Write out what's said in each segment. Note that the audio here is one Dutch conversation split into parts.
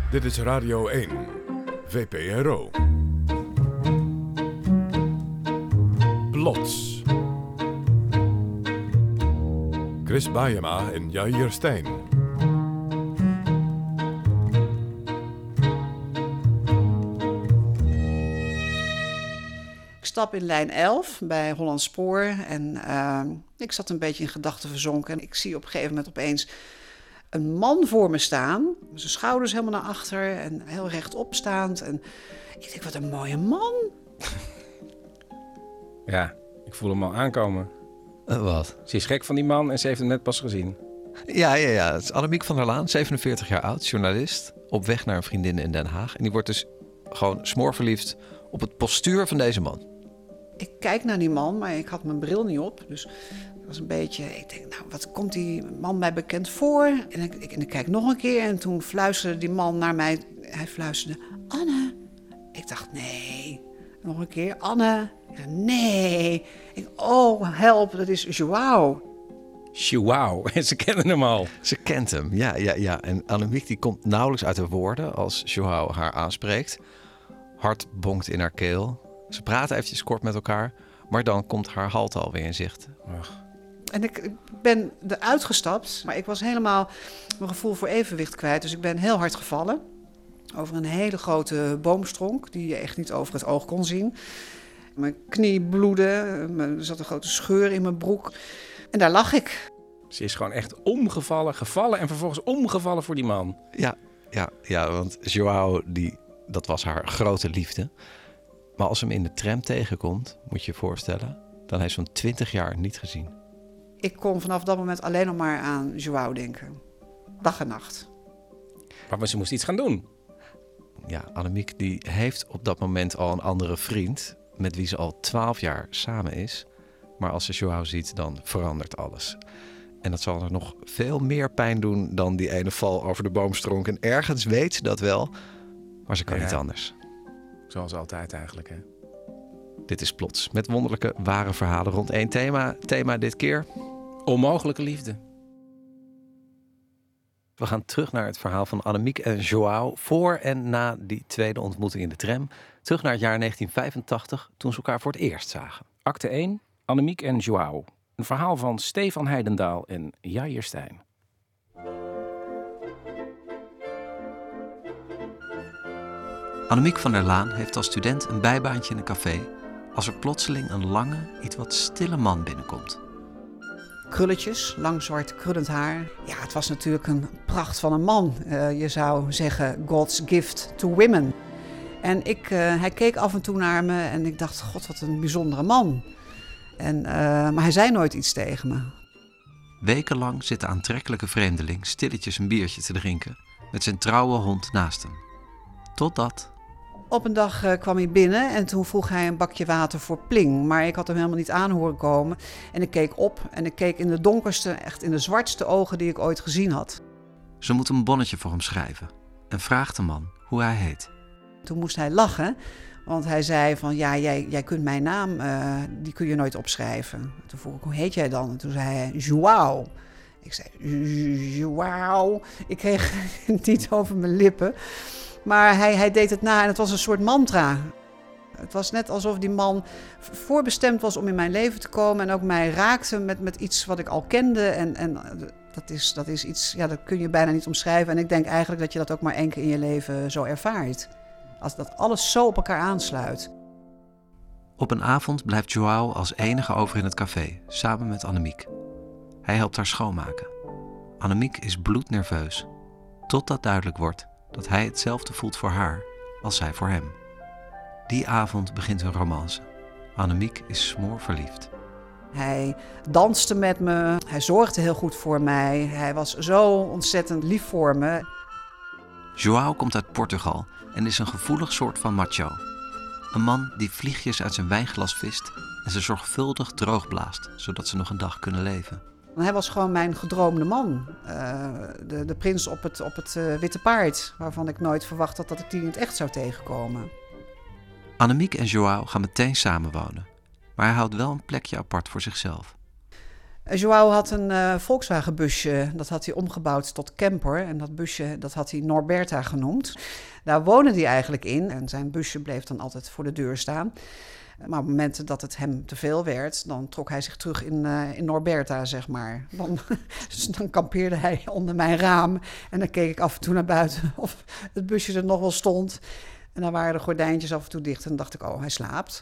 Dit is Radio 1, VPRO. Plots. Chris Bajema en Jair Stijn. Ik stap in lijn 11 bij Holland Spoor en ik zat een beetje in gedachten verzonken. En ik zie op een gegeven moment opeens een man voor me staan. Zijn schouders helemaal naar achter en heel rechtop staand. En ik denk, wat een mooie man. Ja, ik voel hem al aankomen. Wat? Ze is gek van die man en ze heeft hem net pas gezien. Ja. Het is Annemiek van der Laan, 47 jaar oud, journalist. Op weg naar een vriendin in Den Haag. En die wordt dus gewoon smoorverliefd op het postuur van deze man. Ik kijk naar die man, maar ik had mijn bril niet op. Dus het was een beetje... Ik denk, nou, wat komt die man mij bekend voor? En ik kijk nog een keer en toen fluisterde die man naar mij. Hij fluisterde, Anne. Ik dacht, nee. Nog een keer, Anne. Ja, nee. Oh, help, dat is Joao. Chihuahua, en ze kennen hem al. Ze kent hem, ja. En Annemiek die komt nauwelijks uit de woorden als Joao haar aanspreekt. Hart bonkt in haar keel. Ze praten eventjes kort met elkaar, maar dan komt haar halte alweer in zicht. Ach. En ik ben eruit gestapt, maar ik was helemaal mijn gevoel voor evenwicht kwijt. Dus ik ben heel hard gevallen over een hele grote boomstronk die je echt niet over het oog kon zien. Mijn knie bloedde, er zat een grote scheur in mijn broek. En daar lag ik. Ze is gewoon echt gevallen en vervolgens omgevallen voor die man. Ja, want Joao, dat was haar grote liefde. Maar als ze hem in de tram tegenkomt, moet je je voorstellen, dan heeft ze zo'n 20 jaar niet gezien. Ik kon vanaf dat moment alleen nog maar aan Joao denken. Dag en nacht. Maar ze moest iets gaan doen. Ja, Annemiek die heeft op dat moment al een andere vriend, met wie ze al 12 jaar samen is. Maar als ze Joao ziet, dan verandert alles. En dat zal er nog veel meer pijn doen dan die ene val over de boomstronk. En ergens weet ze dat wel, maar ze kan niet anders. Zoals altijd eigenlijk, hè? Dit is Plots, met wonderlijke, ware verhalen rond één thema. Thema dit keer: onmogelijke liefde. We gaan terug naar het verhaal van Annemiek en Joao voor en na die tweede ontmoeting in de tram. Terug naar het jaar 1985, toen ze elkaar voor het eerst zagen. Acte 1, Annemiek en Joao. Een verhaal van Stefan Heidendaal en Jair Stijn. Annemiek van der Laan heeft als student een bijbaantje in een café als er plotseling een lange, iets wat stille man binnenkomt. Krulletjes, lang zwart krullend haar. Ja, het was natuurlijk een pracht van een man. Je zou zeggen, God's gift to women. En hij keek af en toe naar me en ik dacht, god, wat een bijzondere man. Maar hij zei nooit iets tegen me. Wekenlang zit de aantrekkelijke vreemdeling stilletjes een biertje te drinken met zijn trouwe hond naast hem. Totdat... Op een dag kwam hij binnen en toen vroeg hij een bakje water voor Pling. Maar ik had hem helemaal niet aan horen komen. En ik keek op en ik keek in de donkerste, echt in de zwartste ogen die ik ooit gezien had. Ze moet een bonnetje voor hem schrijven en vraagt de man hoe hij heet. Toen moest hij lachen, want hij zei van ja, jij kunt mijn naam, die kun je nooit opschrijven. Toen vroeg ik, hoe heet jij dan? En toen zei hij, Joao. Ik zei, Joao. Ik kreeg het niet over mijn lippen. Maar hij deed het na en het was een soort mantra. Het was net alsof die man voorbestemd was om in mijn leven te komen en ook mij raakte met iets wat ik al kende. En dat is iets, ja, dat kun je bijna niet omschrijven. En ik denk eigenlijk dat je dat ook maar één keer in je leven zo ervaart. Als dat alles zo op elkaar aansluit. Op een avond blijft Joao als enige over in het café, samen met Annemiek. Hij helpt haar schoonmaken. Annemiek is bloednerveus, totdat duidelijk wordt dat hij hetzelfde voelt voor haar als zij voor hem. Die avond begint hun romance. Annemiek is smoorverliefd. Hij danste met me, hij zorgde heel goed voor mij. Hij was zo ontzettend lief voor me. Joao komt uit Portugal en is een gevoelig soort van macho. Een man die vliegjes uit zijn wijnglas vist en ze zorgvuldig droogblaast, zodat ze nog een dag kunnen leven. Hij was gewoon mijn gedroomde man. De prins op het witte paard, waarvan ik nooit verwacht had dat ik die in het echt zou tegenkomen. Annemiek en Joao gaan meteen samenwonen, maar hij houdt wel een plekje apart voor zichzelf. João had een Volkswagen-busje, dat had hij omgebouwd tot camper. En dat busje, dat had hij Norberta genoemd. Daar woonde hij eigenlijk in en zijn busje bleef dan altijd voor de deur staan. Maar op momenten dat het hem te veel werd, dan trok hij zich terug in Norberta, zeg maar. Dus dan kampeerde hij onder mijn raam en dan keek ik af en toe naar buiten of het busje er nog wel stond. En dan waren de gordijntjes af en toe dicht en dan dacht ik, oh, hij slaapt.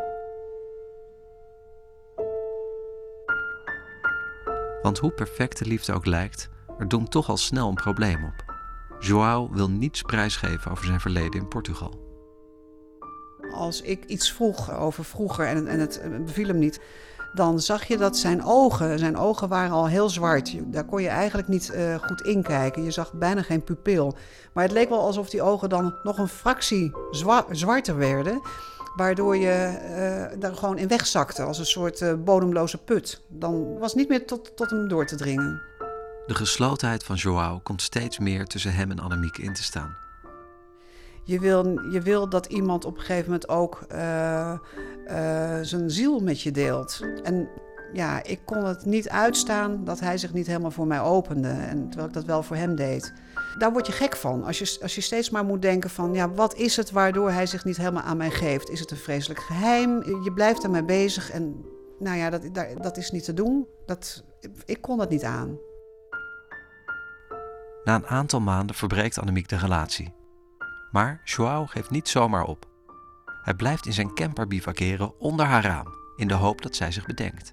Want hoe perfect de liefde ook lijkt, er doemt toch al snel een probleem op. João wil niets prijsgeven over zijn verleden in Portugal. Als ik iets vroeg over vroeger en het beviel hem niet, dan zag je dat zijn ogen waren al heel zwart. Daar kon je eigenlijk niet goed in kijken. Je zag bijna geen pupil. Maar het leek wel alsof die ogen dan nog een fractie zwarter werden, waardoor je daar gewoon in wegzakte als een soort bodemloze put. Dan was het niet meer tot hem door te dringen. De geslotenheid van João komt steeds meer tussen hem en Annemiek in te staan. Je wil dat iemand op een gegeven moment ook zijn ziel met je deelt. En ja, ik kon het niet uitstaan dat hij zich niet helemaal voor mij opende. En terwijl ik dat wel voor hem deed. Daar word je gek van. Als je steeds maar moet denken van, ja, wat is het waardoor hij zich niet helemaal aan mij geeft? Is het een vreselijk geheim? Je blijft ermee bezig en nou ja, dat is niet te doen. Ik kon dat niet aan. Na een aantal maanden verbreekt Annemiek de relatie. Maar João geeft niet zomaar op. Hij blijft in zijn camper bivakeren onder haar raam, in de hoop dat zij zich bedenkt.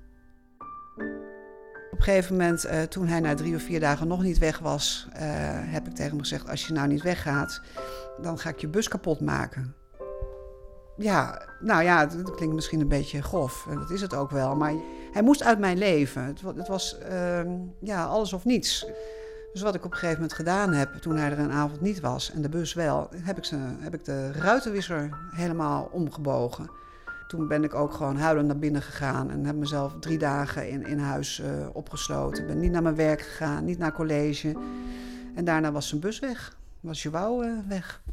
Op een gegeven moment, toen hij na 3 of 4 dagen nog niet weg was, heb ik tegen hem gezegd, als je nou niet weggaat, dan ga ik je bus kapot maken. Ja, nou ja, dat klinkt misschien een beetje grof, en dat is het ook wel, maar hij moest uit mijn leven. Het was alles of niets. Dus wat ik op een gegeven moment gedaan heb, toen hij er een avond niet was en de bus wel, heb ik de ruitenwisser helemaal omgebogen. Toen ben ik ook gewoon huilend naar binnen gegaan en heb mezelf 3 dagen in huis opgesloten. Ik ben niet naar mijn werk gegaan, niet naar college. En daarna was zijn bus weg, was João weg.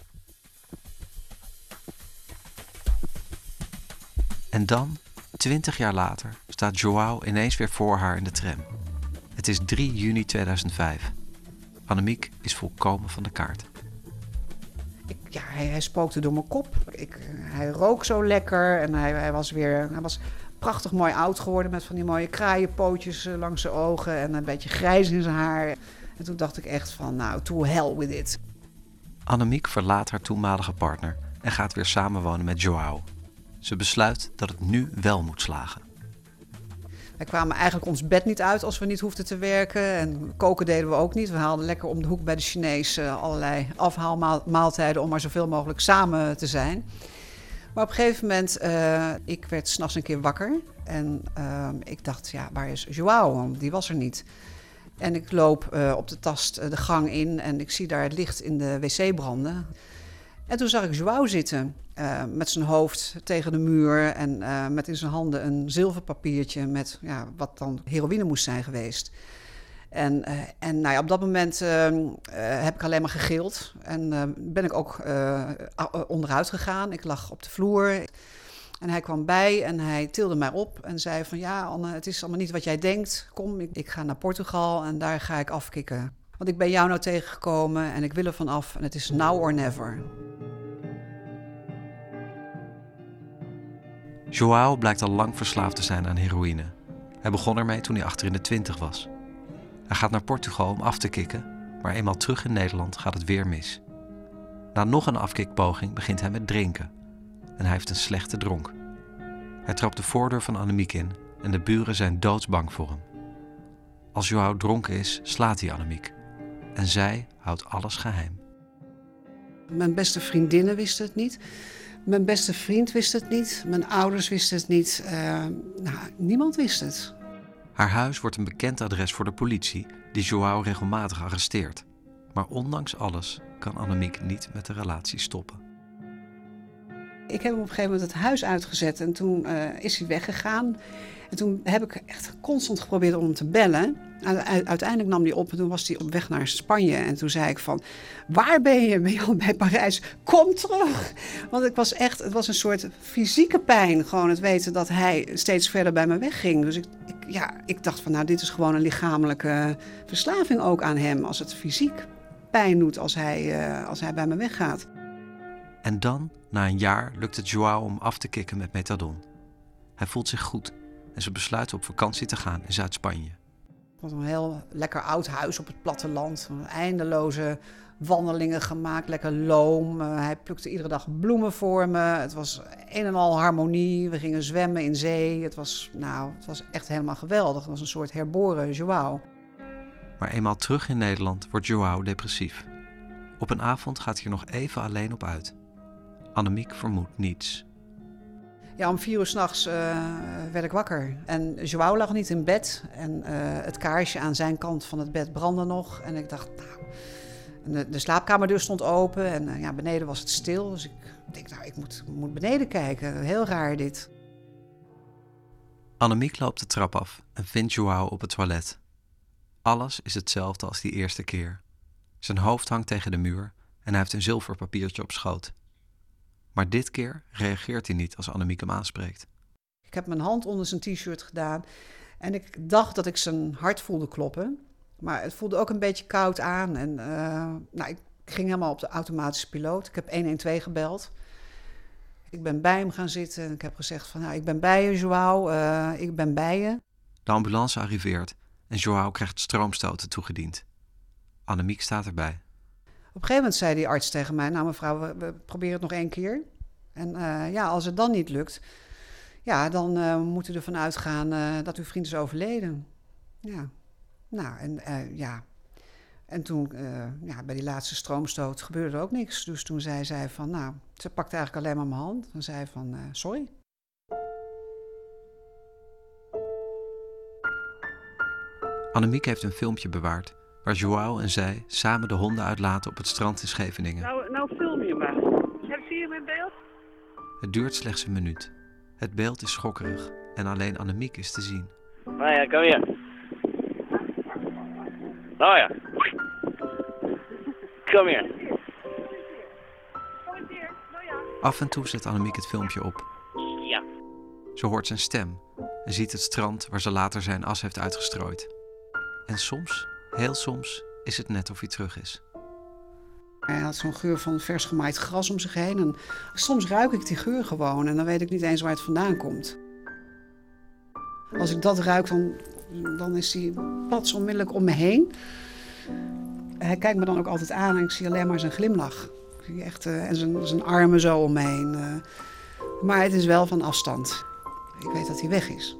En dan, 20 jaar later, staat João ineens weer voor haar in de tram. Het is 3 juni 2005. Annemiek is volkomen van de kaart. Hij spookte door mijn kop. Hij rook zo lekker en hij was prachtig mooi oud geworden met van die mooie kraaienpootjes langs zijn ogen en een beetje grijs in zijn haar. En toen dacht ik echt van, nou, to hell with it. Annemiek verlaat haar toenmalige partner en gaat weer samenwonen met João. Ze besluit dat het nu wel moet slagen. Wij kwamen eigenlijk ons bed niet uit als we niet hoefden te werken. En koken deden we ook niet. We haalden lekker om de hoek bij de Chinees allerlei afhaalmaaltijden om maar zoveel mogelijk samen te zijn. Maar op een gegeven moment, ik werd 's nachts een keer wakker. En ik dacht, ja, waar is João? Die was er niet. En ik loop op de tast de gang in en ik zie daar het licht in de wc branden. En toen zag ik João zitten met zijn hoofd tegen de muur en met in zijn handen een zilverpapiertje met wat dan heroïne moest zijn geweest. En nou ja, op dat moment heb ik alleen maar gegild en ben ik ook onderuit gegaan. Ik lag op de vloer en hij kwam bij en hij tilde mij op en zei van, ja Anne, het is allemaal niet wat jij denkt. Kom, ik ga naar Portugal en daar ga ik afkicken. Want ik ben jou nou tegengekomen en ik wil er vanaf en het is now or never. João blijkt al lang verslaafd te zijn aan heroïne. Hij begon ermee toen hij achter in de 20 was. Hij gaat naar Portugal om af te kicken, maar eenmaal terug in Nederland gaat het weer mis. Na nog een afkikpoging begint hij met drinken. En hij heeft een slechte dronk. Hij trapt de voordeur van Annemiek in en de buren zijn doodsbang voor hem. Als João dronken is, slaat hij Annemiek. En zij houdt alles geheim. Mijn beste vriendinnen wisten het niet. Mijn beste vriend wist het niet. Mijn ouders wisten het niet. Niemand wist het. Haar huis wordt een bekend adres voor de politie, die João regelmatig arresteert. Maar ondanks alles kan Annemiek niet met de relatie stoppen. Ik heb hem op een gegeven moment het huis uitgezet en toen is hij weggegaan. En toen heb ik echt constant geprobeerd om hem te bellen. Uiteindelijk nam hij op en toen was hij op weg naar Spanje. En toen zei ik van, waar ben je? Ben je al bij Parijs? Kom terug! Want het was een soort fysieke pijn. Gewoon het weten dat hij steeds verder bij me wegging. Dus ik dacht van, nou, dit is gewoon een lichamelijke verslaving ook aan hem. Als het fysiek pijn doet als hij bij me weggaat. En dan, na een jaar, lukt het João om af te kicken met methadon. Hij voelt zich goed en ze besluiten op vakantie te gaan in Zuid-Spanje. Het was een heel lekker oud huis op het platteland. Eindeloze wandelingen gemaakt, lekker loom. Hij plukte iedere dag bloemen voor me. Het was een en al harmonie. We gingen zwemmen in zee. Het was echt helemaal geweldig. Het was een soort herboren João. Maar eenmaal terug in Nederland wordt João depressief. Op een avond gaat hij er nog even alleen op uit. Annemiek vermoedt niets. Ja, om 4 uur 's nachts werd ik wakker. En João lag niet in bed. En het kaarsje aan zijn kant van het bed brandde nog. En ik dacht, de slaapkamerdeur stond open. En beneden was het stil. Dus ik denk, ik moet beneden kijken. Heel raar dit. Annemiek loopt de trap af en vindt João op het toilet. Alles is hetzelfde als die eerste keer. Zijn hoofd hangt tegen de muur en hij heeft een zilverpapiertje op schoot. Maar dit keer reageert hij niet als Annemiek hem aanspreekt. Ik heb mijn hand onder zijn t-shirt gedaan en ik dacht dat ik zijn hart voelde kloppen. Maar het voelde ook een beetje koud aan en ik ging helemaal op de automatische piloot. Ik heb 112 gebeld. Ik ben bij hem gaan zitten en ik heb gezegd van, ik ben bij je, João, ik ben bij je. De ambulance arriveert en João krijgt stroomstoten toegediend. Annemiek staat erbij. Op een gegeven moment zei die arts tegen mij, nou mevrouw, we proberen het nog 1 keer. En als het dan niet lukt, dan moet u ervan uitgaan dat uw vriend is overleden. Ja, En toen, bij die laatste stroomstoot gebeurde er ook niks. Dus toen zei zij van, ze pakte eigenlijk alleen maar mijn hand. En zei van, sorry. Annemiek heeft een filmpje bewaard waar João en zij samen de honden uitlaten op het strand in Scheveningen. Nou film je maar. Zie je mijn beeld? Het duurt slechts 1 minuut. Het beeld is schokkerig en alleen Annemiek is te zien. Nou ja, kom hier. Nou ja. Kom hier. Af en toe zet Annemiek het filmpje op. Ja. Ze hoort zijn stem en ziet het strand waar ze later zijn as heeft uitgestrooid. En soms, heel soms, is het net of hij terug is. Hij had zo'n geur van vers gemaaid gras om zich heen. En soms ruik ik die geur gewoon en dan weet ik niet eens waar het vandaan komt. Als ik dat ruik, dan is hij pats onmiddellijk om me heen. Hij kijkt me dan ook altijd aan en ik zie alleen maar zijn glimlach. Ik zie echt, en zijn armen zo om me heen. Maar het is wel van afstand. Ik weet dat hij weg is.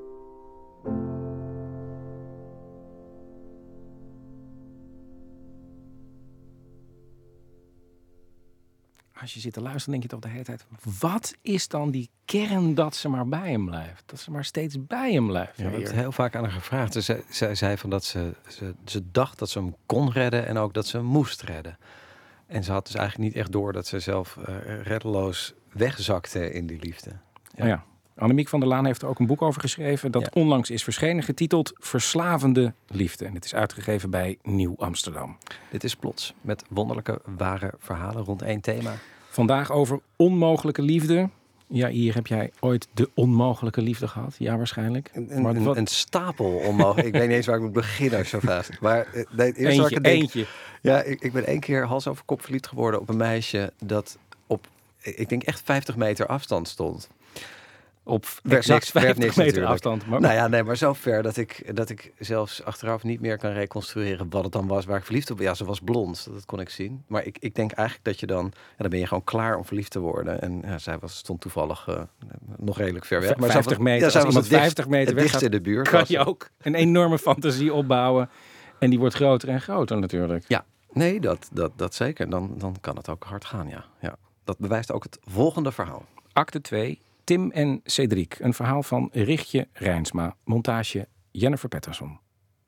Als je zit te luisteren, denk je toch de hele tijd, wat is dan die kern dat ze maar bij hem blijft? Dat ze maar steeds bij hem blijft. Ja, we hebben het heel vaak aan haar gevraagd. Zij zei van dat ze dacht dat ze hem kon redden en ook dat ze hem moest redden. En ze had dus eigenlijk niet echt door dat ze zelf reddeloos wegzakte in die liefde. Ja. Ja. Annemiek van der Laan heeft er ook een boek over geschreven dat onlangs is verschenen, getiteld Verslavende Liefde. En het is uitgegeven bij Nieuw Amsterdam. Dit is Plots, met wonderlijke, ware verhalen rond 1 thema. Vandaag over onmogelijke liefde. Ja, hier heb jij ooit de onmogelijke liefde gehad? Ja, waarschijnlijk. Een stapel onmogelijk. Ik weet niet eens waar ik moet beginnen als je zo vraagt. Maar eentje. Ja, ik ben 1 keer hals over kop verliefd geworden op een meisje dat op, ik denk echt 50 meter afstand stond. Op exact 50 meter afstand. Maar zo ver dat ik zelfs achteraf niet meer kan reconstrueren wat het dan was waar ik verliefd op. Ja, ze was blond, dat kon ik zien. Maar ik denk eigenlijk dat je dan ben je gewoon klaar om verliefd te worden. En zij stond toevallig nog redelijk ver weg. Maar 50 meter, als iemand 50 meter weg gaat, in de buurt kan je ook een enorme fantasie opbouwen. En die wordt groter en groter natuurlijk. Ja, nee, dat zeker. Dan kan het ook hard gaan, ja. Dat bewijst ook het volgende verhaal. Acte 2. Tim en Cedric. Een verhaal van Richtje Rijnsma. Montage Jennifer Patterson.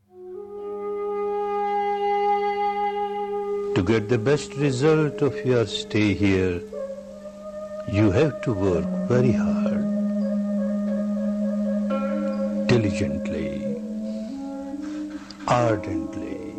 To get the best result of your stay here, you have to work very hard. Diligently, ardently,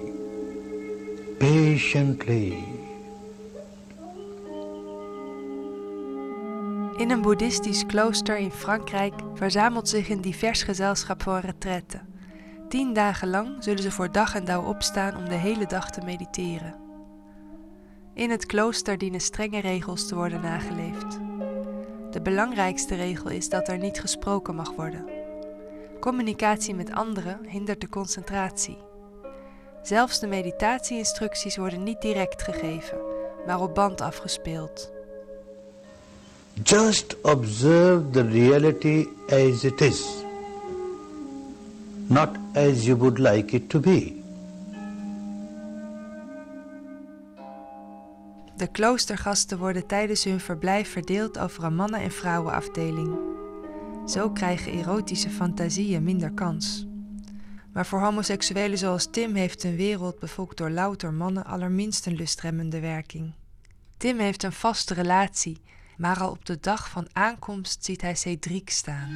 patiently. In een boeddhistisch klooster in Frankrijk verzamelt zich een divers gezelschap voor een retraite. 10 dagen lang zullen ze voor dag en dauw opstaan om de hele dag te mediteren. In het klooster dienen strenge regels te worden nageleefd. De belangrijkste regel is dat er niet gesproken mag worden. Communicatie met anderen hindert de concentratie. Zelfs de meditatie-instructies worden niet direct gegeven, maar op band afgespeeld. Just observe the reality as it is, not as you would like it to be. De kloostergasten worden tijdens hun verblijf verdeeld over een mannen- en vrouwenafdeling. Zo krijgen erotische fantasieën minder kans. Maar voor homoseksuelen zoals Tim heeft een wereld bevolkt door louter mannen allerminst een lustremmende werking. Tim heeft een vaste relatie, maar al op de dag van aankomst ziet hij Cédric staan.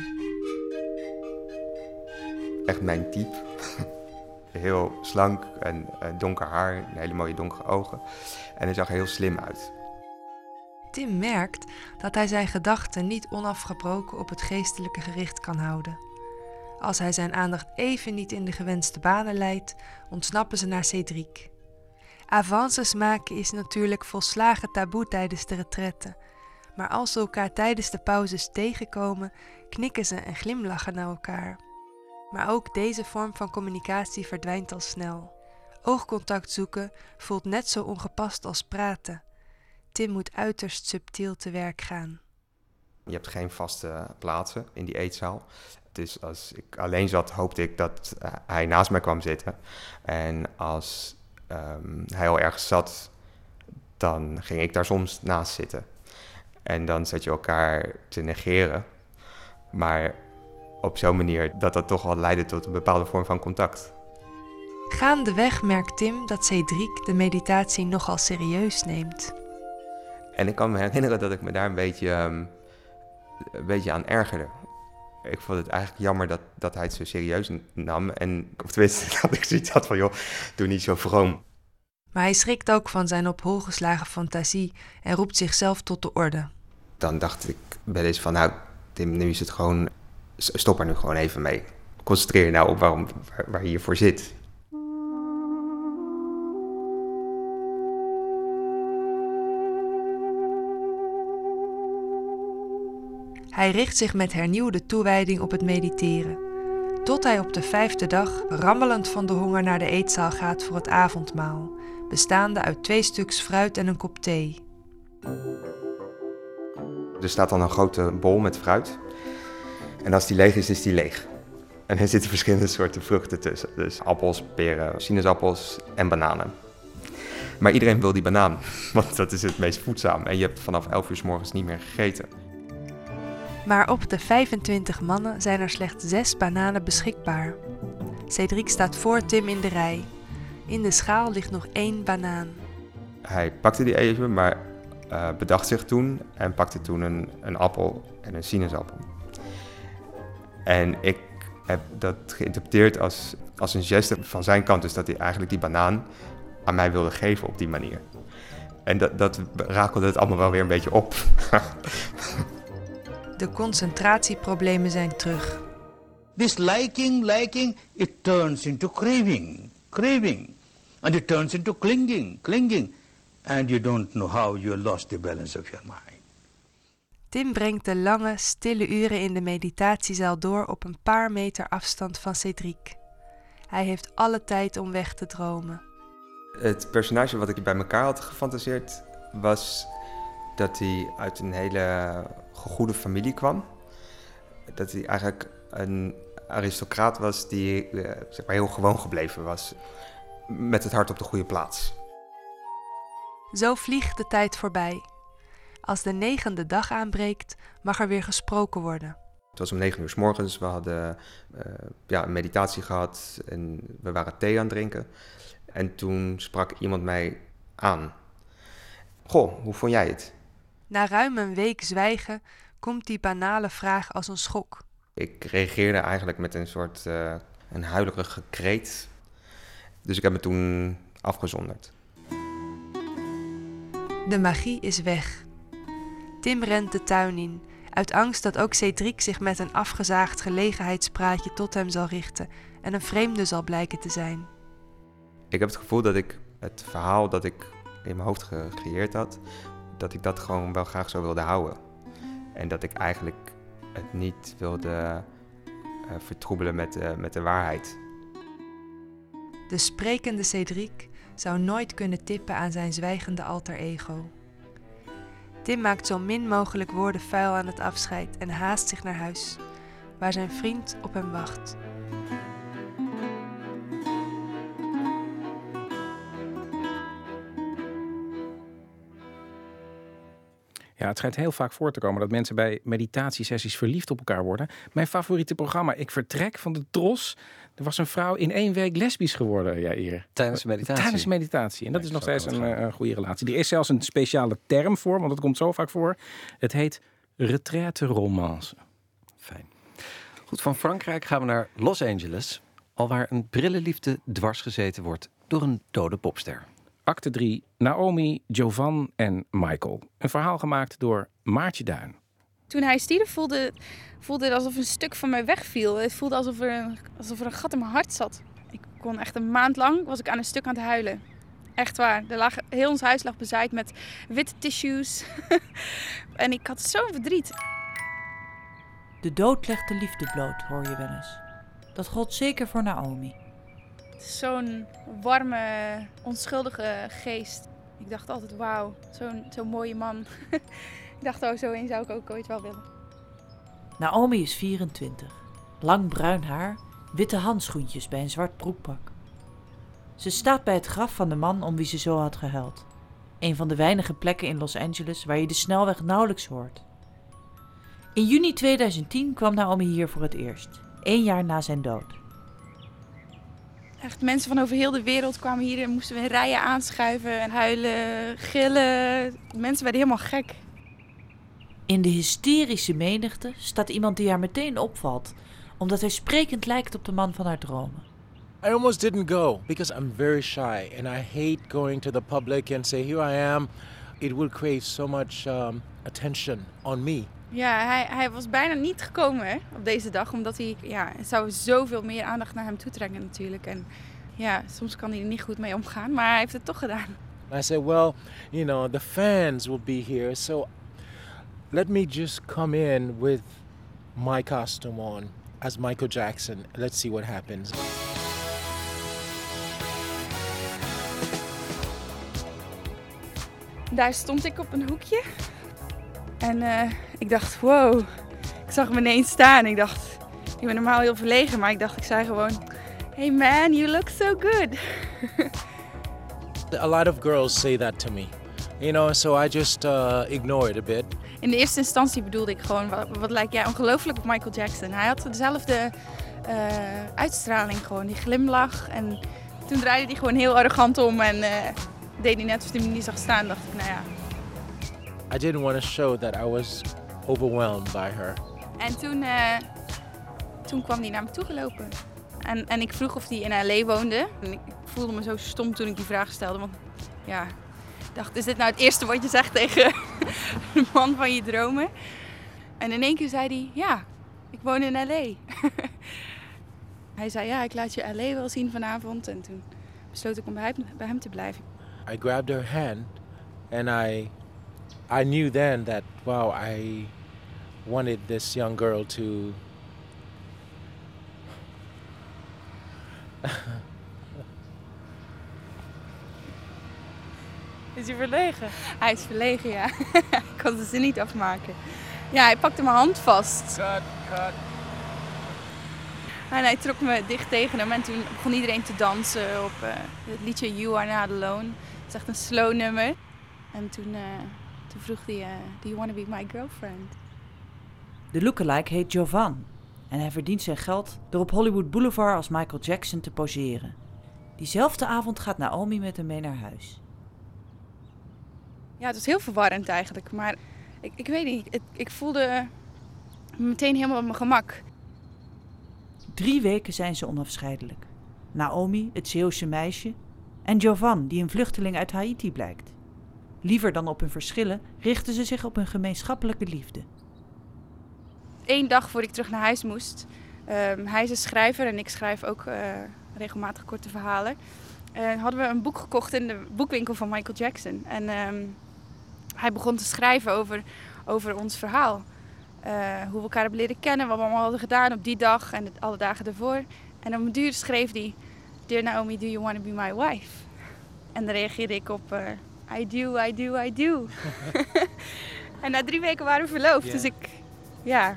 Echt mijn type. Heel slank en donker haar, een hele mooie donkere ogen. En hij zag er heel slim uit. Tim merkt dat hij zijn gedachten niet onafgebroken op het geestelijke gericht kan houden. Als hij zijn aandacht even niet in de gewenste banen leidt, ontsnappen ze naar Cédric. Avances maken is natuurlijk volslagen taboe tijdens de retraite. Maar als ze elkaar tijdens de pauzes tegenkomen, knikken ze en glimlachen naar elkaar. Maar ook deze vorm van communicatie verdwijnt al snel. Oogcontact zoeken voelt net zo ongepast als praten. Tim moet uiterst subtiel te werk gaan. Je hebt geen vaste plaatsen in die eetzaal. Dus als ik alleen zat, hoopte ik dat hij naast mij kwam zitten. En als hij al ergens zat, dan ging ik daar soms naast zitten. En dan zat je elkaar te negeren. Maar op zo'n manier dat dat toch wel leidde tot een bepaalde vorm van contact. Gaandeweg merkt Tim dat Cédric de meditatie nogal serieus neemt. En ik kan me herinneren dat ik me daar een beetje aan ergerde. Ik vond het eigenlijk jammer dat hij het zo serieus nam. Of tenminste, dat ik zoiets had van, joh, doe niet zo vroom. Maar hij schrikt ook van zijn op hol geslagen fantasie en roept zichzelf tot de orde. Dan dacht ik bij deze van, nou, Tim, nu is het gewoon, stop er nu gewoon even mee. Concentreer je nou op waar je hiervoor zit. Hij richt zich met hernieuwde toewijding op het mediteren. Tot hij op de 5e dag rammelend van de honger naar de eetzaal gaat voor het avondmaal, bestaande uit 2 stuks fruit en een kop thee. Er staat dan een grote bol met fruit. En als die leeg is, is die leeg. En er zitten verschillende soorten vruchten tussen. Dus appels, peren, sinaasappels en bananen. Maar iedereen wil die banaan, want dat is het meest voedzaam. En je hebt vanaf 11 uur 's morgens niet meer gegeten. Maar op de 25 mannen zijn er slechts 6 bananen beschikbaar. Cédric staat voor Tim in de rij. In de schaal ligt nog 1 banaan. Hij pakte die even, maar bedacht zich toen en pakte toen een appel en een sinaasappel. En ik heb dat geïnterpreteerd als een geste van zijn kant. Dus dat hij eigenlijk die banaan aan mij wilde geven op die manier. En dat rakelde het allemaal wel weer een beetje op. De concentratieproblemen zijn terug. This liking, it turns into craving. And it turns into clinging. And you don't know how you lost the balance of your mind. Tim brengt de lange, stille uren in de meditatiezaal door op een paar meter afstand van Cédric. Hij heeft alle tijd om weg te dromen. Het personage wat ik bij elkaar had gefantaseerd was dat hij uit een hele goede familie kwam. Dat hij eigenlijk een aristocraat was die zeg maar heel gewoon gebleven was. Met het hart op de goede plaats. Zo vliegt de tijd voorbij. Als de 9e dag aanbreekt, mag er weer gesproken worden. Het was om 9 uur 's morgens. We hadden een meditatie gehad en we waren thee aan het drinken. En toen sprak iemand mij aan. Goh, hoe vond jij het? Na ruim een week zwijgen komt die banale vraag als een schok. Ik reageerde eigenlijk met een soort een huilerige kreet. Dus ik heb me toen afgezonderd. De magie is weg. Tim rent de tuin in Uit angst dat ook Cédric zich met een afgezaagd gelegenheidspraatje tot hem zal richten en een vreemde zal blijken te zijn. Ik heb het gevoel dat ik het verhaal dat ik in mijn hoofd gecreëerd had, dat ik dat gewoon wel graag zo wilde houden. En dat ik eigenlijk het niet wilde vertroebelen met de waarheid. De sprekende Cédric zou nooit kunnen tippen aan zijn zwijgende alter ego. Tim maakt zo min mogelijk woorden vuil aan het afscheid en haast zich naar huis, waar zijn vriend op hem wacht. Ja, het schijnt heel vaak voor te komen dat mensen bij meditatiesessies verliefd op elkaar worden. Mijn favoriete programma, Ik Vertrek van de Tros. Er was een vrouw in 1 week lesbisch geworden, Jair. Tijdens de meditatie? Tijdens de meditatie. En dat is nog steeds een goede relatie. Er is zelfs een speciale term voor, want dat komt zo vaak voor. Het heet retraite romance. Fijn. Goed, van Frankrijk gaan we naar Los Angeles. Alwaar een brillenliefde dwars gezeten wordt door een dode popster. Acte 3, Naomi, Jovan en Michael. Een verhaal gemaakt door Maartje Duin. Toen hij stierf voelde het alsof een stuk van mij wegviel. Het voelde alsof er een gat in mijn hart zat. Ik kon echt een maand lang was ik aan een stuk aan het huilen. Echt waar. Heel ons huis lag bezaaid met witte tissues. En ik had zo'n verdriet. De dood legt de liefde bloot, hoor je wel eens. Dat gold zeker voor Naomi. Zo'n warme, onschuldige geest. Ik dacht altijd, wauw, zo'n mooie man. Ik dacht, zo een zou ik ook ooit wel willen. Naomi is 24. Lang bruin haar, witte handschoentjes bij een zwart broekpak. Ze staat bij het graf van de man om wie ze zo had gehuild. Een van de weinige plekken in Los Angeles waar je de snelweg nauwelijks hoort. In juni 2010 kwam Naomi hier voor het eerst. 1 jaar na zijn dood. Echt, mensen van over heel de wereld kwamen hier en moesten we in rijen aanschuiven en huilen, gillen. Mensen werden helemaal gek. In de hysterische menigte staat iemand die haar meteen opvalt, omdat hij sprekend lijkt op de man van haar dromen. I almost didn't go because I'm very shy and I hate going to the public and say here I am. It would create so much attention on me. Ja, hij was bijna niet gekomen hè, op deze dag, omdat het zou zoveel meer aandacht naar hem toetrekken natuurlijk. En ja, soms kan hij er niet goed mee omgaan, maar hij heeft het toch gedaan. I said, well, the fans will be here, so let me just come in with my costume on as Michael Jackson. Let's see what happens. Daar stond ik op een hoekje. En ik dacht, wow, ik zag hem ineens staan. Ik dacht, ik ben normaal heel verlegen, maar ik zei gewoon, hey man, you look so good. A lot of girls say that to me, so I just ignore it a bit. In de eerste instantie bedoelde ik gewoon, wat lijkt jij ongelooflijk op Michael Jackson. Hij had dezelfde uitstraling gewoon, die glimlach. En toen draaide hij gewoon heel arrogant om en deed hij net alsof hij me niet zag staan. Dacht ik, nou ja. I didn't want to show that I was overwhelmed by her. En toen kwam hij naar me toe gelopen. En ik vroeg of hij in L.A. woonde. En ik voelde me zo stom toen ik die vraag stelde. Want ja, ik dacht, is dit nou het eerste wat je zegt tegen de man van je dromen? En in één keer zei hij, ja, ik woon in L.A. Hij zei, ja, ik laat je L.A. wel zien vanavond. En toen besloot ik om bij hem te blijven. I grabbed her hand and I knew then that, wow, I wanted this young girl to Is hij verlegen? Hij is verlegen, ja. Ik kon de zin niet afmaken. Ja, hij pakte mijn hand vast. Cut. En hij trok me dicht tegen hem en toen begon iedereen te dansen op het liedje You Are Not Alone. Het is echt een slow nummer. En toen vroeg hij, do you want to be my girlfriend? De lookalike heet Jovan en hij verdient zijn geld door op Hollywood Boulevard als Michael Jackson te poseren. Diezelfde avond gaat Naomi met hem mee naar huis. Ja, het was heel verwarrend eigenlijk, maar ik weet niet, ik voelde me meteen helemaal op mijn gemak. 3 weken zijn ze onafscheidelijk. Naomi, het Zeeuwse meisje, en Jovan, die een vluchteling uit Haiti blijkt. Liever dan op hun verschillen richten ze zich op hun gemeenschappelijke liefde. 1 dag voor ik terug naar huis moest. Hij is een schrijver en ik schrijf ook regelmatig korte verhalen. Hadden we een boek gekocht in de boekwinkel van Michael Jackson. En hij begon te schrijven over ons verhaal. Hoe we elkaar hebben leren kennen, wat we allemaal hadden gedaan op die dag en alle dagen daarvoor. En op een duur schreef hij: Dear Naomi, do you want to be my wife? En daar reageerde ik op: I do, I do, I do. En na 3 weken waren we verloofd, dus ja.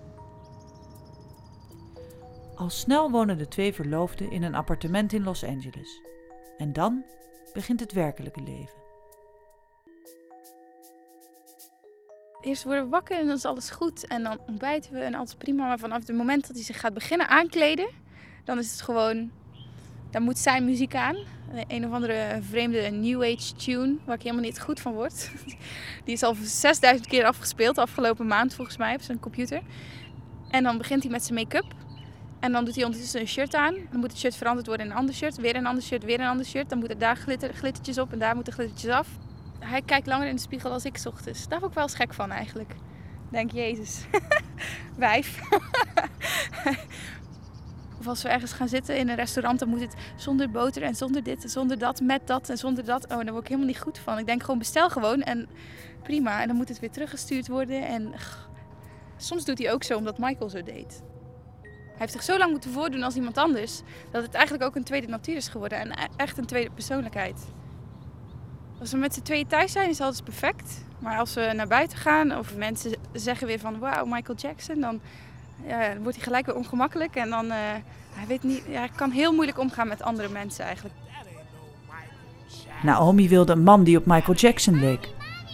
Al snel wonen de 2 verloofden in een appartement in Los Angeles. En dan begint het werkelijke leven. Eerst worden we wakker en dan is alles goed. En dan ontbijten we en alles prima. Maar vanaf het moment dat hij zich gaat beginnen aankleden, dan is het gewoon... Dan moet zijn muziek aan. Een of andere vreemde New Age tune, waar ik helemaal niet goed van word. Die is al 6000 keer afgespeeld, afgelopen maand volgens mij, op zijn computer. En dan begint hij met zijn make-up. En dan doet hij ondertussen een shirt aan. Dan moet het shirt veranderd worden in een ander shirt. Weer een ander shirt, weer een ander shirt. Dan moeten daar glittertjes op en daar moeten glittertjes af. Hij kijkt langer in de spiegel als ik 's ochtends. Daar word ik wel eens gek van eigenlijk. Denk, Jezus. Wijf. Of als we ergens gaan zitten in een restaurant, dan moet het zonder boter en zonder dit en zonder dat, met dat en zonder dat. Oh, daar word ik helemaal niet goed van. Ik denk gewoon bestel gewoon en prima. En dan moet het weer teruggestuurd worden. En soms doet hij ook zo omdat Michael zo deed. Hij heeft zich zo lang moeten voordoen als iemand anders, dat het eigenlijk ook een tweede natuur is geworden. En echt een tweede persoonlijkheid. Als we met z'n tweeën thuis zijn, is alles perfect. Maar als we naar buiten gaan of mensen zeggen weer van wauw, Michael Jackson, dan wordt hij gelijk weer ongemakkelijk. En dan, hij kan heel moeilijk omgaan met andere mensen eigenlijk. Naomi wilde een man die op Michael Jackson leek.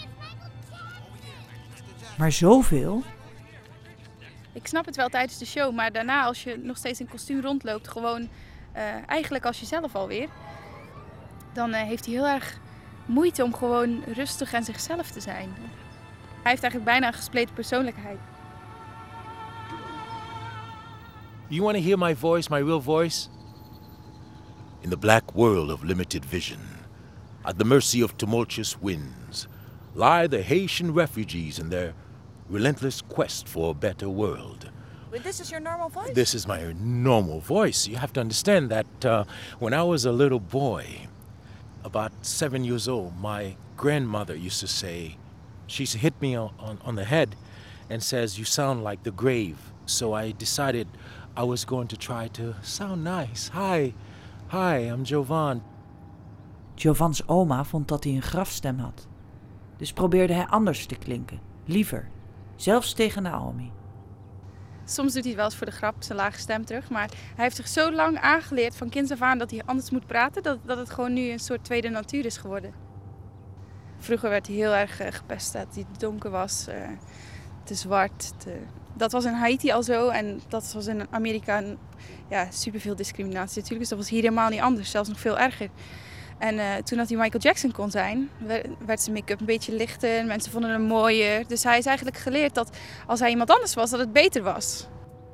Maar zoveel? Ik snap het wel tijdens de show, maar daarna als je nog steeds in kostuum rondloopt, gewoon eigenlijk als jezelf alweer, dan heeft hij heel erg moeite om gewoon rustig en zichzelf te zijn. Hij heeft eigenlijk bijna een gespleten persoonlijkheid. You want to hear my voice, my real voice? In the black world of limited vision, at the mercy of tumultuous winds, lie the Haitian refugees in their relentless quest for a better world. This is your normal voice? This is my normal voice. You have to understand that when I was a little boy, about 7 years old, my grandmother used to say, she hit me on the head and says, you sound like the grave. So I decided I was going to try to sound nice. Hi, I'm Jovan. Jovans oma vond dat hij een grafstem had. Dus probeerde hij anders te klinken, liever. Zelfs tegen Naomi. Soms doet hij het wel eens voor de grap, zijn lage stem terug. Maar hij heeft zich zo lang aangeleerd van kinds af aan dat hij anders moet praten, dat het gewoon nu een soort tweede natuur is geworden. Vroeger werd hij heel erg gepest dat hij donker was, te zwart. Dat was in Haiti al zo en dat was in Amerika superveel discriminatie natuurlijk. Dus dat was hier helemaal niet anders, zelfs nog veel erger. En toen dat hij Michael Jackson kon zijn, werd zijn make-up een beetje lichter. Mensen vonden hem mooier. Dus hij is eigenlijk geleerd dat als hij iemand anders was, dat het beter was.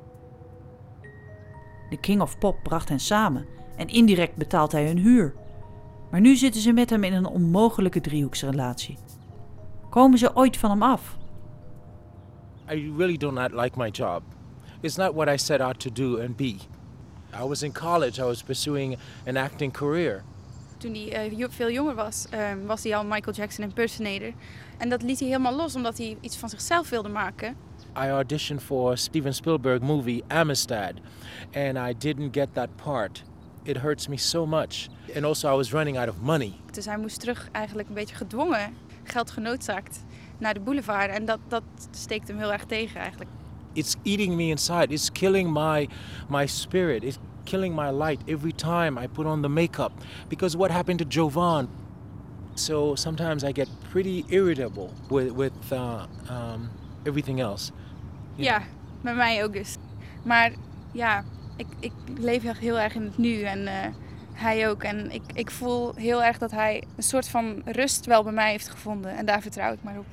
De King of Pop bracht hen samen en indirect betaalt hij hun huur. Maar nu zitten ze met hem in een onmogelijke driehoeksrelatie. Komen ze ooit van hem af? I really do not like my job. It's not what I set out to do and be. I was in college, I was pursuing an acting career. Toen hij veel jonger was, was hij al Michael Jackson impersonator. En dat liet hij helemaal los, omdat hij iets van zichzelf wilde maken. I auditioned for a Steven Spielberg movie, Amistad, and I didn't get that part. It hurts me so much. And also I was running out of money. Dus hij moest terug eigenlijk een beetje gedwongen, geld genoodzaakt, naar de boulevard. En dat steekt hem heel erg tegen eigenlijk. It's eating me inside. It's killing my spirit. It's killing my light every time I put on the makeup. Because what happened to Jovan? So sometimes I get pretty irritable with everything else. Ja, met mij ook dus. Maar ja, ik leef heel erg in het nu en hij ook. En ik voel heel erg dat hij een soort van rust wel bij mij heeft gevonden. En daar vertrouw ik maar op.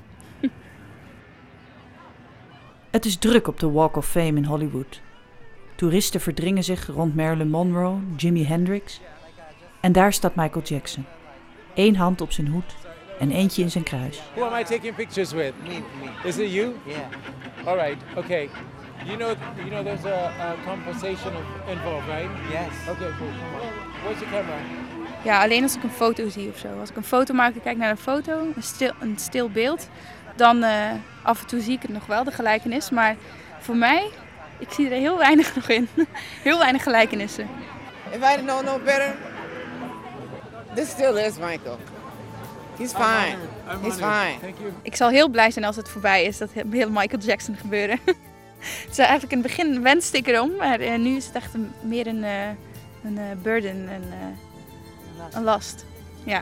Het is druk op de Walk of Fame in Hollywood. Toeristen verdringen zich rond Marilyn Monroe, Jimi Hendrix. En daar staat Michael Jackson. 1 hand op zijn hoed, en eentje in zijn kruis. Who am I taking pictures with? Me. Is it you? Yeah. All right. Okay. You know there's a conversation involved, right? Yes. Okay, cool. Come on. Where's your camera? Ja, alleen als ik een foto zie of zo. Als ik een foto maak en kijk naar een foto, een stil beeld, dan af en toe zie ik het nog wel, de gelijkenis. Maar voor mij, ik zie er heel weinig nog in. Heel weinig gelijkenissen. If I didn't know no better, this still is Michael. He's fine. He's fine. Thank you. Ik zal heel blij zijn als het voorbij is, dat heel Michael Jackson gebeuren. Het is eigenlijk in het begin wenste ik erom, maar nu is het echt meer een burden, een last. Ja.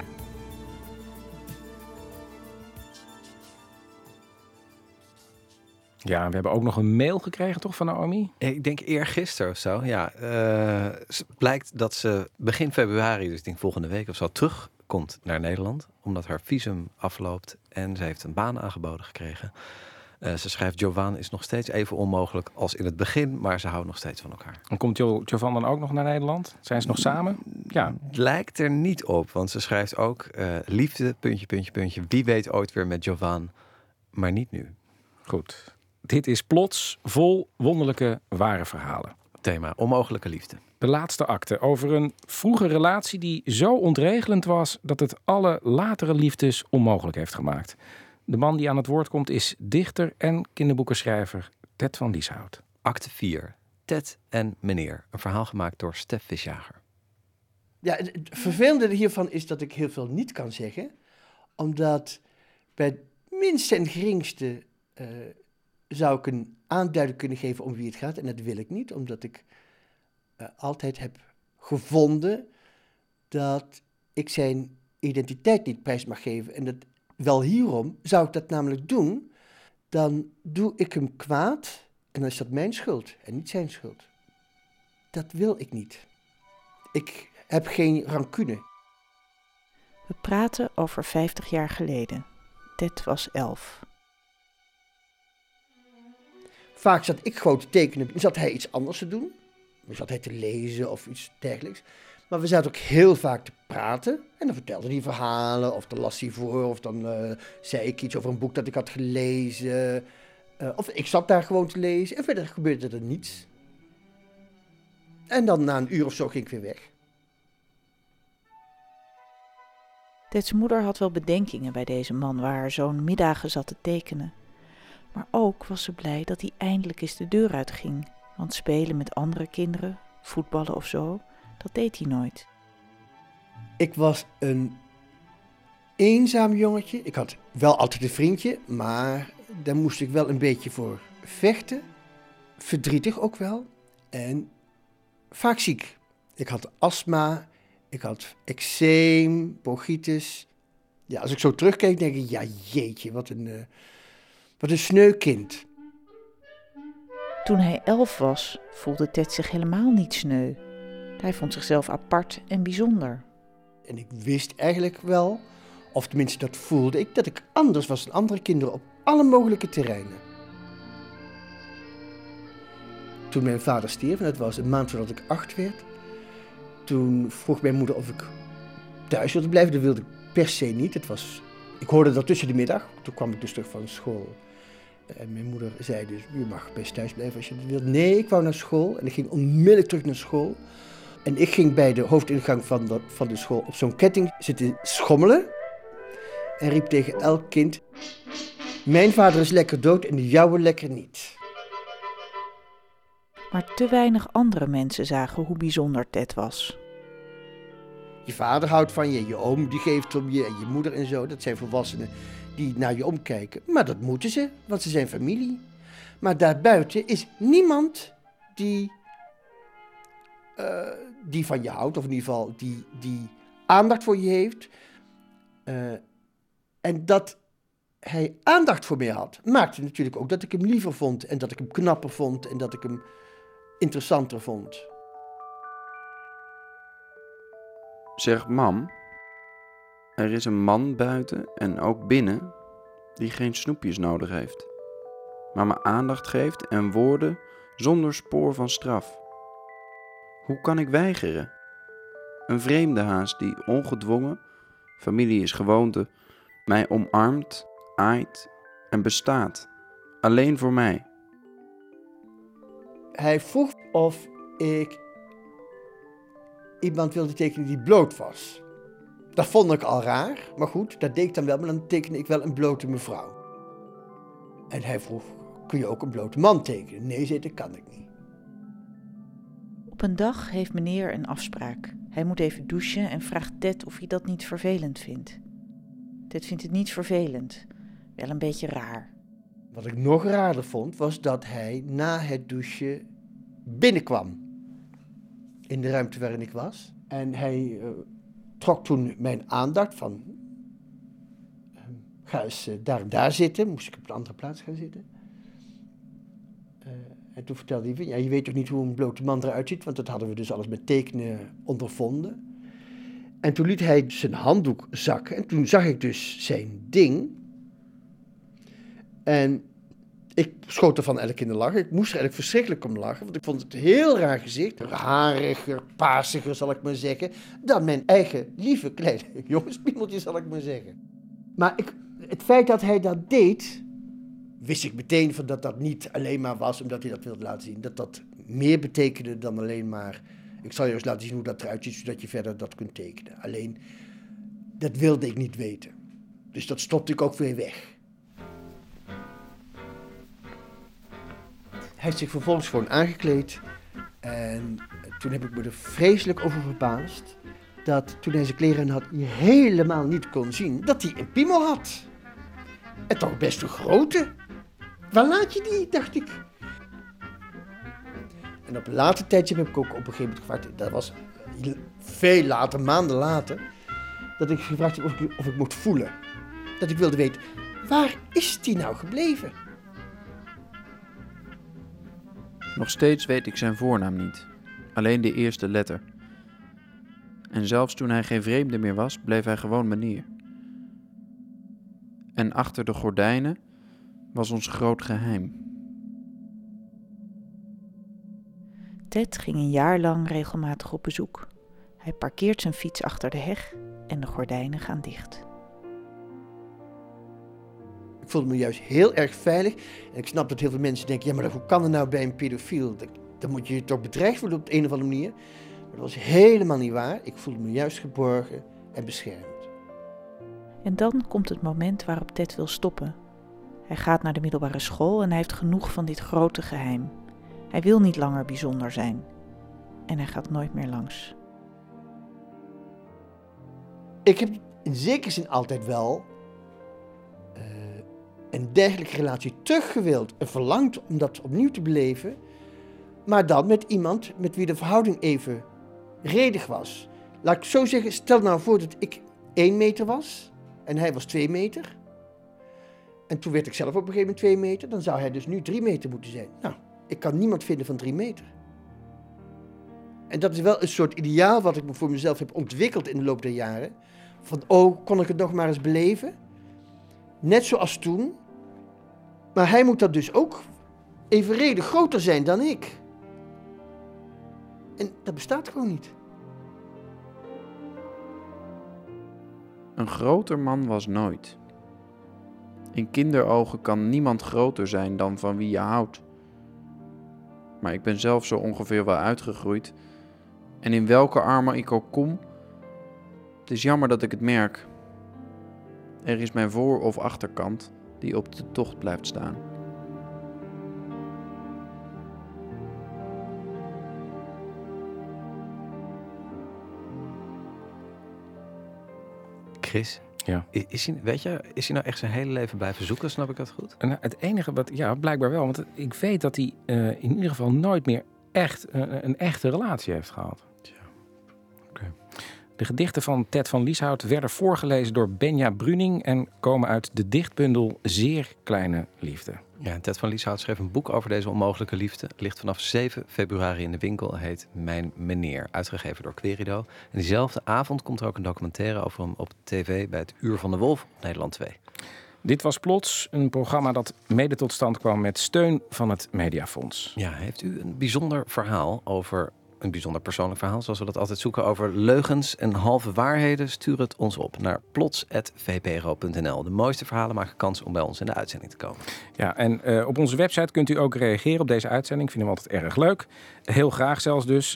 Ja, we hebben ook nog een mail gekregen, toch, van Naomi? Ik denk eergisteren of zo, ja. Blijkt dat ze begin februari, dus ik denk volgende week of zo, terugkomt naar Nederland. Omdat haar visum afloopt en ze heeft een baan aangeboden gekregen. Ze schrijft, Jovan is nog steeds even onmogelijk als in het begin, maar ze houden nog steeds van elkaar. En komt Jovan dan ook nog naar Nederland? Zijn ze nog samen? Ja. Lijkt er niet op, want ze schrijft ook, liefde, ... Wie weet ooit weer met Jovan, maar niet nu. Goed. Dit is Plots, vol wonderlijke ware verhalen. Thema onmogelijke liefde. De laatste akte over een vroege relatie die zo ontregelend was dat het alle latere liefdes onmogelijk heeft gemaakt. De man die aan het woord komt is dichter en kinderboekenschrijver Ted van Lieshout. Acte 4. Ted en meneer. Een verhaal gemaakt door Stef Visjager. Ja, het vervelende hiervan is dat ik heel veel niet kan zeggen. Omdat bij het minste en geringste zou ik een aanduiding kunnen geven om wie het gaat. En dat wil ik niet, omdat ik altijd heb gevonden dat ik zijn identiteit niet prijs mag geven. En dat wel hierom zou ik dat namelijk doen, dan doe ik hem kwaad en dan is dat mijn schuld en niet zijn schuld. Dat wil ik niet. Ik heb geen rancune. We praten over 50 jaar geleden. Ted was 11. Vaak zat ik gewoon te tekenen, zat hij iets anders te doen. Zat hij te lezen of iets dergelijks. Maar we zaten ook heel vaak te praten. En dan vertelde hij verhalen, of dan las hij voor, of dan zei ik iets over een boek dat ik had gelezen. Of ik zat daar gewoon te lezen en verder gebeurde er niets. En dan na een uur of zo ging ik weer weg. Ted's moeder had wel bedenkingen bij deze man waar haar zoon middagen zat te tekenen. Maar ook was ze blij dat hij eindelijk eens de deur uitging. Want spelen met andere kinderen, voetballen of zo, dat deed hij nooit. Ik was een eenzaam jongetje. Ik had wel altijd een vriendje, maar daar moest ik wel een beetje voor vechten. Verdrietig ook wel. En vaak ziek. Ik had astma, ik had eczeem, bronchitis. Ja, als ik zo terugkijk, denk ik, ja jeetje, wat een sneu kind. Toen hij 11 was, voelde Ted zich helemaal niet sneu. Hij vond zichzelf apart en bijzonder. En ik wist eigenlijk wel, of tenminste dat voelde ik, dat ik anders was dan andere kinderen op alle mogelijke terreinen. Toen mijn vader stierf, en dat was een maand voordat ik 8 werd, toen vroeg mijn moeder of ik thuis wilde blijven. Dat wilde ik per se niet. Ik hoorde dat tussen de middag, toen kwam ik dus terug van school. En mijn moeder zei dus, je mag best thuis blijven als je dat wilt. Nee, ik wou naar school en ik ging onmiddellijk terug naar school. En ik ging bij de hoofdingang van de school op zo'n ketting zitten schommelen. En riep tegen elk kind, mijn vader is lekker dood en de jouwe lekker niet. Maar te weinig andere mensen zagen hoe bijzonder Ted was. Je vader houdt van je, je oom die geeft om je en je moeder en zo. Dat zijn volwassenen die naar je omkijken. Maar dat moeten ze, want ze zijn familie. Maar daarbuiten is niemand die van je houdt, of in ieder geval die aandacht voor je heeft. En dat hij aandacht voor mij had, maakte natuurlijk ook dat ik hem liever vond. En dat ik hem knapper vond en dat ik hem interessanter vond. Zeg mam, er is een man buiten en ook binnen die geen snoepjes nodig heeft, maar me aandacht geeft en woorden zonder spoor van straf. Hoe kan ik weigeren? Een vreemde haast die ongedwongen, familie is gewoonte, mij omarmt, aait en bestaat. Alleen voor mij. Hij vroeg of ik iemand wilde tekenen die bloot was. Dat vond ik al raar, maar goed, dat deed ik dan wel, maar dan tekende ik wel een blote mevrouw. En hij vroeg, kun je ook een blote man tekenen? Nee, zei ik, dat kan ik niet. Op een dag heeft meneer een afspraak. Hij moet even douchen en vraagt Ted of hij dat niet vervelend vindt. Ted vindt het niet vervelend, wel een beetje raar. Wat ik nog raarder vond, was dat hij na het douchen binnenkwam. In de ruimte waarin ik was. En hij trok toen mijn aandacht van... ga eens daar zitten. Moest ik op een andere plaats gaan zitten. En toen vertelde hij, ja, je weet toch niet hoe een blote man eruit ziet, want dat hadden we dus alles met tekenen ondervonden. En toen liet hij zijn handdoek zakken en toen zag ik dus zijn ding. En ik schoot ervan eigenlijk in de lach. Ik moest er eigenlijk verschrikkelijk om lachen, want ik vond het een heel raar gezicht. Hariger, paarsiger zal ik maar zeggen, dan mijn eigen lieve kleine jongenspiemeltje zal ik maar zeggen. Maar het feit dat hij dat deed, wist ik meteen van dat dat niet alleen maar was omdat hij dat wilde laten zien. Dat dat meer betekende dan alleen maar, ik zal je eens laten zien hoe dat eruit ziet, zodat je verder dat kunt tekenen. Alleen, dat wilde ik niet weten. Dus dat stopte ik ook weer weg. Hij heeft zich vervolgens gewoon aangekleed. En toen heb ik me er vreselijk over verbaasd dat toen hij zijn kleren had, je helemaal niet kon zien dat hij een piemel had. En toch best een grote. Waar laat je die, dacht ik. En op een later tijdje heb ik ook op een gegeven moment gevraagd, dat was veel later, maanden later, dat ik gevraagd heb of ik mocht voelen. Dat ik wilde weten, waar is die nou gebleven? Nog steeds weet ik zijn voornaam niet. Alleen de eerste letter. En zelfs toen hij geen vreemde meer was, bleef hij gewoon meneer. En achter de gordijnen was ons groot geheim. Ted ging een jaar lang regelmatig op bezoek. Hij parkeert zijn fiets achter de heg en de gordijnen gaan dicht. Ik voelde me juist heel erg veilig. En ik snap dat heel veel mensen denken, ja, maar hoe kan het nou bij een pedofiel? Dan moet je toch bedreigd worden op de een of andere manier. Maar dat was helemaal niet waar. Ik voelde me juist geborgen en beschermd. En dan komt het moment waarop Ted wil stoppen. Hij gaat naar de middelbare school en hij heeft genoeg van dit grote geheim. Hij wil niet langer bijzonder zijn. En hij gaat nooit meer langs. Ik heb in zekere zin altijd wel een dergelijke relatie teruggewild en verlangd om dat opnieuw te beleven, maar dan met iemand met wie de verhouding even redig was. Laat ik zo zeggen, stel nou voor dat ik 1 meter was en hij was 2 meter. En toen werd ik zelf op een gegeven moment 2 meter, dan zou hij dus nu 3 meter moeten zijn. Nou, ik kan niemand vinden van 3 meter. En dat is wel een soort ideaal wat ik voor mezelf heb ontwikkeld in de loop der jaren. Van, oh, kon ik het nog maar eens beleven? Net zoals toen. Maar hij moet dat dus ook evenredig groter zijn dan ik. En dat bestaat gewoon niet. Een groter man was nooit. In kinderogen kan niemand groter zijn dan van wie je houdt. Maar ik ben zelf zo ongeveer wel uitgegroeid. En in welke armen ik ook kom, het is jammer dat ik het merk. Er is mijn voor- of achterkant die op de tocht blijft staan. Chris, ja. Is hij nou echt zijn hele leven blijven zoeken? Snap ik dat goed? En het enige wat, ja, blijkbaar wel. Want ik weet dat hij in ieder geval nooit meer echt een echte relatie heeft gehad. Ja. Okay. De gedichten van Ted van Lieshout werden voorgelezen door Benja Bruning en komen uit de dichtbundel Zeer Kleine Liefde. Ja, Ted van Lieshout schreef een boek over deze onmogelijke liefde. Het ligt vanaf 7 februari in de winkel. Heet Mijn Meneer, uitgegeven door Querido. En diezelfde avond komt er ook een documentaire over hem op tv bij het Uur van de Wolf op Nederland 2. Dit was Plots, een programma dat mede tot stand kwam met steun van het Mediafonds. Ja, heeft u een bijzonder verhaal over een bijzonder persoonlijk verhaal, zoals we dat altijd zoeken, over leugens en halve waarheden, stuur het ons op naar plots@vpro.nl. De mooiste verhalen maken kans om bij ons in de uitzending te komen. Ja, en op onze website kunt u ook reageren op deze uitzending. Vinden we altijd erg leuk. Heel graag zelfs dus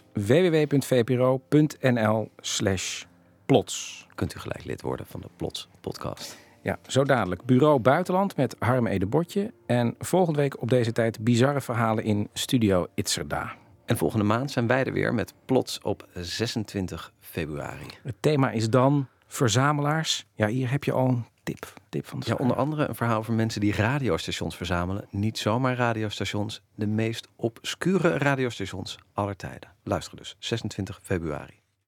www.vpro.nl/plots. Kunt u gelijk lid worden van de Plots podcast. Ja, zo dadelijk Bureau Buitenland met Harm Ede Botje. En volgende week op deze tijd bizarre verhalen in Studio Itzerda. En volgende maand zijn wij er weer met Plots op 26 februari. Het thema is dan verzamelaars. Ja, hier heb je al een tip van de Ja, onder andere een verhaal over mensen die radiostations verzamelen. Niet zomaar radiostations, de meest obscure radiostations aller tijden. Luister dus, 26 februari.